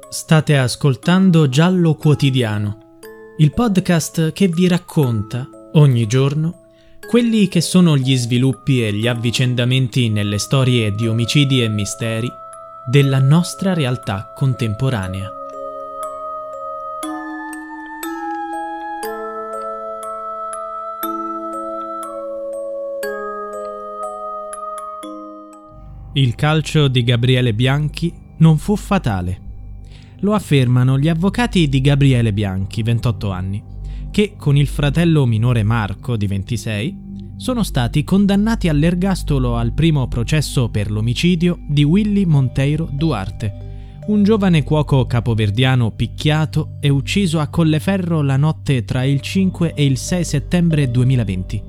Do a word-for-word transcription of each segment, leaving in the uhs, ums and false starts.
State ascoltando Giallo Quotidiano, il podcast che vi racconta, ogni giorno, quelli che sono gli sviluppi e gli avvicendamenti nelle storie di omicidi e misteri della nostra realtà contemporanea. Il calcio di Gabriele Bianchi non fu fatale. Lo affermano gli avvocati di Gabriele Bianchi, ventotto anni, che con il fratello minore Marco, di ventisei, sono stati condannati all'ergastolo al primo processo per l'omicidio di Willy Monteiro Duarte, un giovane cuoco capoverdiano picchiato e ucciso a Colleferro la notte tra il cinque e il sei settembre duemilaventi.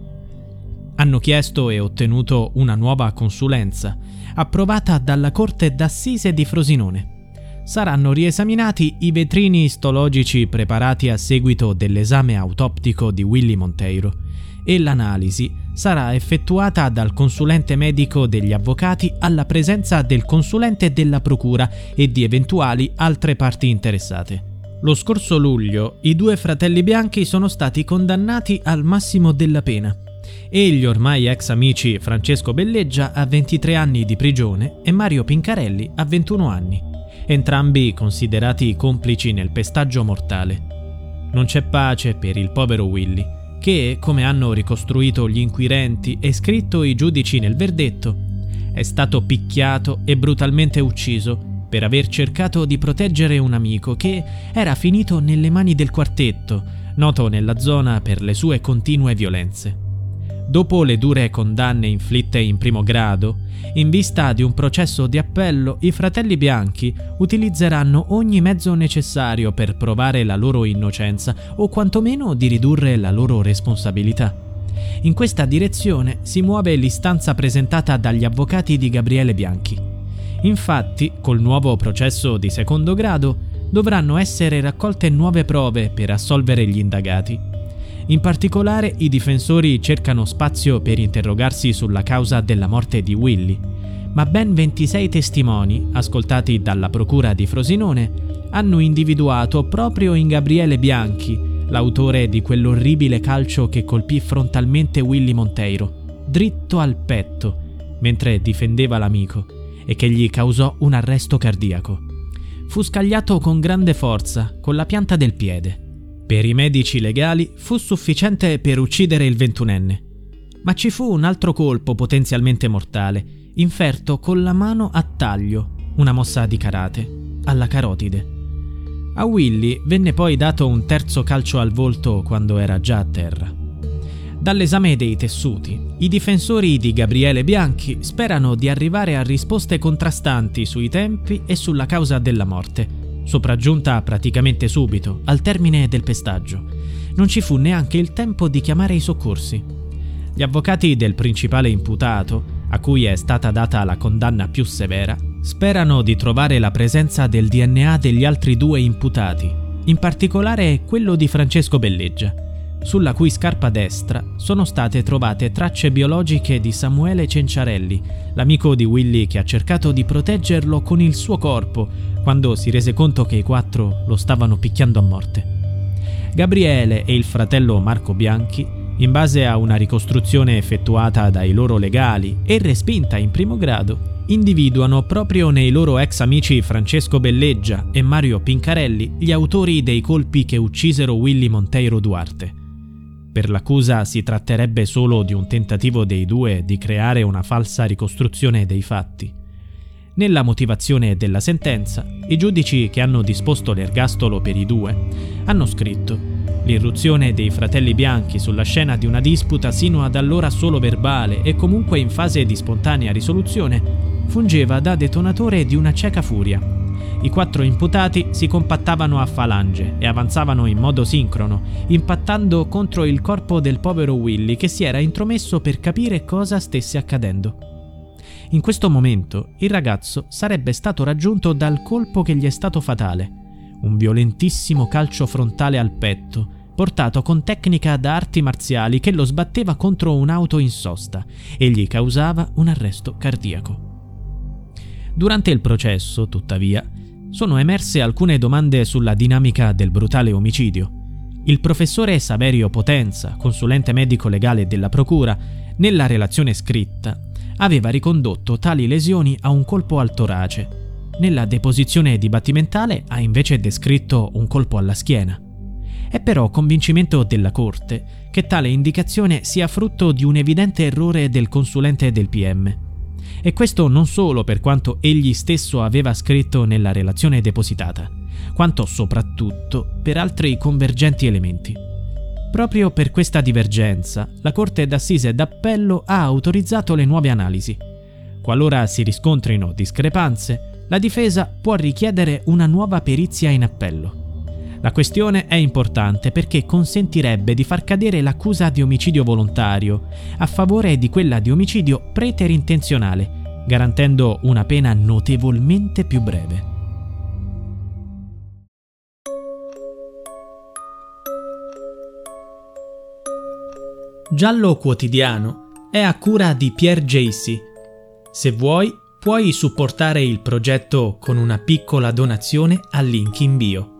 Hanno chiesto e ottenuto una nuova consulenza, approvata dalla Corte d'Assise di Frosinone. Saranno riesaminati i vetrini istologici preparati a seguito dell'esame autoptico di Willy Monteiro e l'analisi sarà effettuata dal consulente medico degli avvocati alla presenza del consulente della procura e di eventuali altre parti interessate. Lo scorso luglio i due fratelli Bianchi sono stati condannati al massimo della pena e gli ormai ex amici Francesco Belleggia a ventitré anni di prigione e Mario Pincarelli a ventuno anni. Entrambi considerati complici nel pestaggio mortale. Non c'è pace per il povero Willy, che, come hanno ricostruito gli inquirenti e scritto i giudici nel verdetto, è stato picchiato e brutalmente ucciso per aver cercato di proteggere un amico che era finito nelle mani del quartetto, noto nella zona per le sue continue violenze. Dopo le dure condanne inflitte in primo grado, in vista di un processo di appello, i fratelli Bianchi utilizzeranno ogni mezzo necessario per provare la loro innocenza o quantomeno di ridurre la loro responsabilità. In questa direzione si muove l'istanza presentata dagli avvocati di Gabriele Bianchi. Infatti, col nuovo processo di secondo grado, dovranno essere raccolte nuove prove per assolvere gli indagati. In particolare, i difensori cercano spazio per interrogarsi sulla causa della morte di Willy, ma ben ventisei testimoni, ascoltati dalla procura di Frosinone, hanno individuato proprio in Gabriele Bianchi l'autore di quell'orribile calcio che colpì frontalmente Willy Monteiro, dritto al petto, mentre difendeva l'amico, e che gli causò un arresto cardiaco. Fu scagliato con grande forza, con la pianta del piede. Per i medici legali fu sufficiente per uccidere il ventunenne, ma ci fu un altro colpo potenzialmente mortale, inferto con la mano a taglio, una mossa di karate, alla carotide. A Willy venne poi dato un terzo calcio al volto quando era già a terra. Dall'esame dei tessuti, i difensori di Gabriele Bianchi sperano di arrivare a risposte contrastanti sui tempi e sulla causa della morte, sopraggiunta praticamente subito, al termine del pestaggio. Non ci fu neanche il tempo di chiamare i soccorsi. Gli avvocati del principale imputato, a cui è stata data la condanna più severa, sperano di trovare la presenza del D N A degli altri due imputati, in particolare quello di Francesco Belleggia, sulla cui scarpa destra sono state trovate tracce biologiche di Samuele Cenciarelli, l'amico di Willy che ha cercato di proteggerlo con il suo corpo quando si rese conto che i quattro lo stavano picchiando a morte. Gabriele e il fratello Marco Bianchi, in base a una ricostruzione effettuata dai loro legali e respinta in primo grado, individuano proprio nei loro ex amici Francesco Belleggia e Mario Pincarelli gli autori dei colpi che uccisero Willy Monteiro Duarte. Per l'accusa si tratterebbe solo di un tentativo dei due di creare una falsa ricostruzione dei fatti. Nella motivazione della sentenza, i giudici che hanno disposto l'ergastolo per i due hanno scritto: l'irruzione dei fratelli Bianchi sulla scena di una disputa sino ad allora solo verbale e comunque in fase di spontanea risoluzione fungeva da detonatore di una cieca furia. I quattro imputati si compattavano a falange e avanzavano in modo sincrono, impattando contro il corpo del povero Willy che si era intromesso per capire cosa stesse accadendo. In questo momento il ragazzo sarebbe stato raggiunto dal colpo che gli è stato fatale, un violentissimo calcio frontale al petto, portato con tecnica da arti marziali che lo sbatteva contro un'auto in sosta e gli causava un arresto cardiaco. Durante il processo, tuttavia, sono emerse alcune domande sulla dinamica del brutale omicidio. Il professore Saverio Potenza, consulente medico legale della procura, nella relazione scritta, aveva ricondotto tali lesioni a un colpo al torace. Nella deposizione dibattimentale ha invece descritto un colpo alla schiena. È però convincimento della Corte che tale indicazione sia frutto di un evidente errore del consulente del P M. E questo non solo per quanto egli stesso aveva scritto nella relazione depositata, quanto soprattutto per altri convergenti elementi. Proprio per questa divergenza, la Corte d'Assise d'Appello ha autorizzato le nuove analisi. Qualora si riscontrino discrepanze, la difesa può richiedere una nuova perizia in appello. La questione è importante perché consentirebbe di far cadere l'accusa di omicidio volontario a favore di quella di omicidio preterintenzionale, garantendo una pena notevolmente più breve. Giallo Quotidiano è a cura di Pierre Jacy. Se vuoi, puoi supportare il progetto con una piccola donazione al link in bio.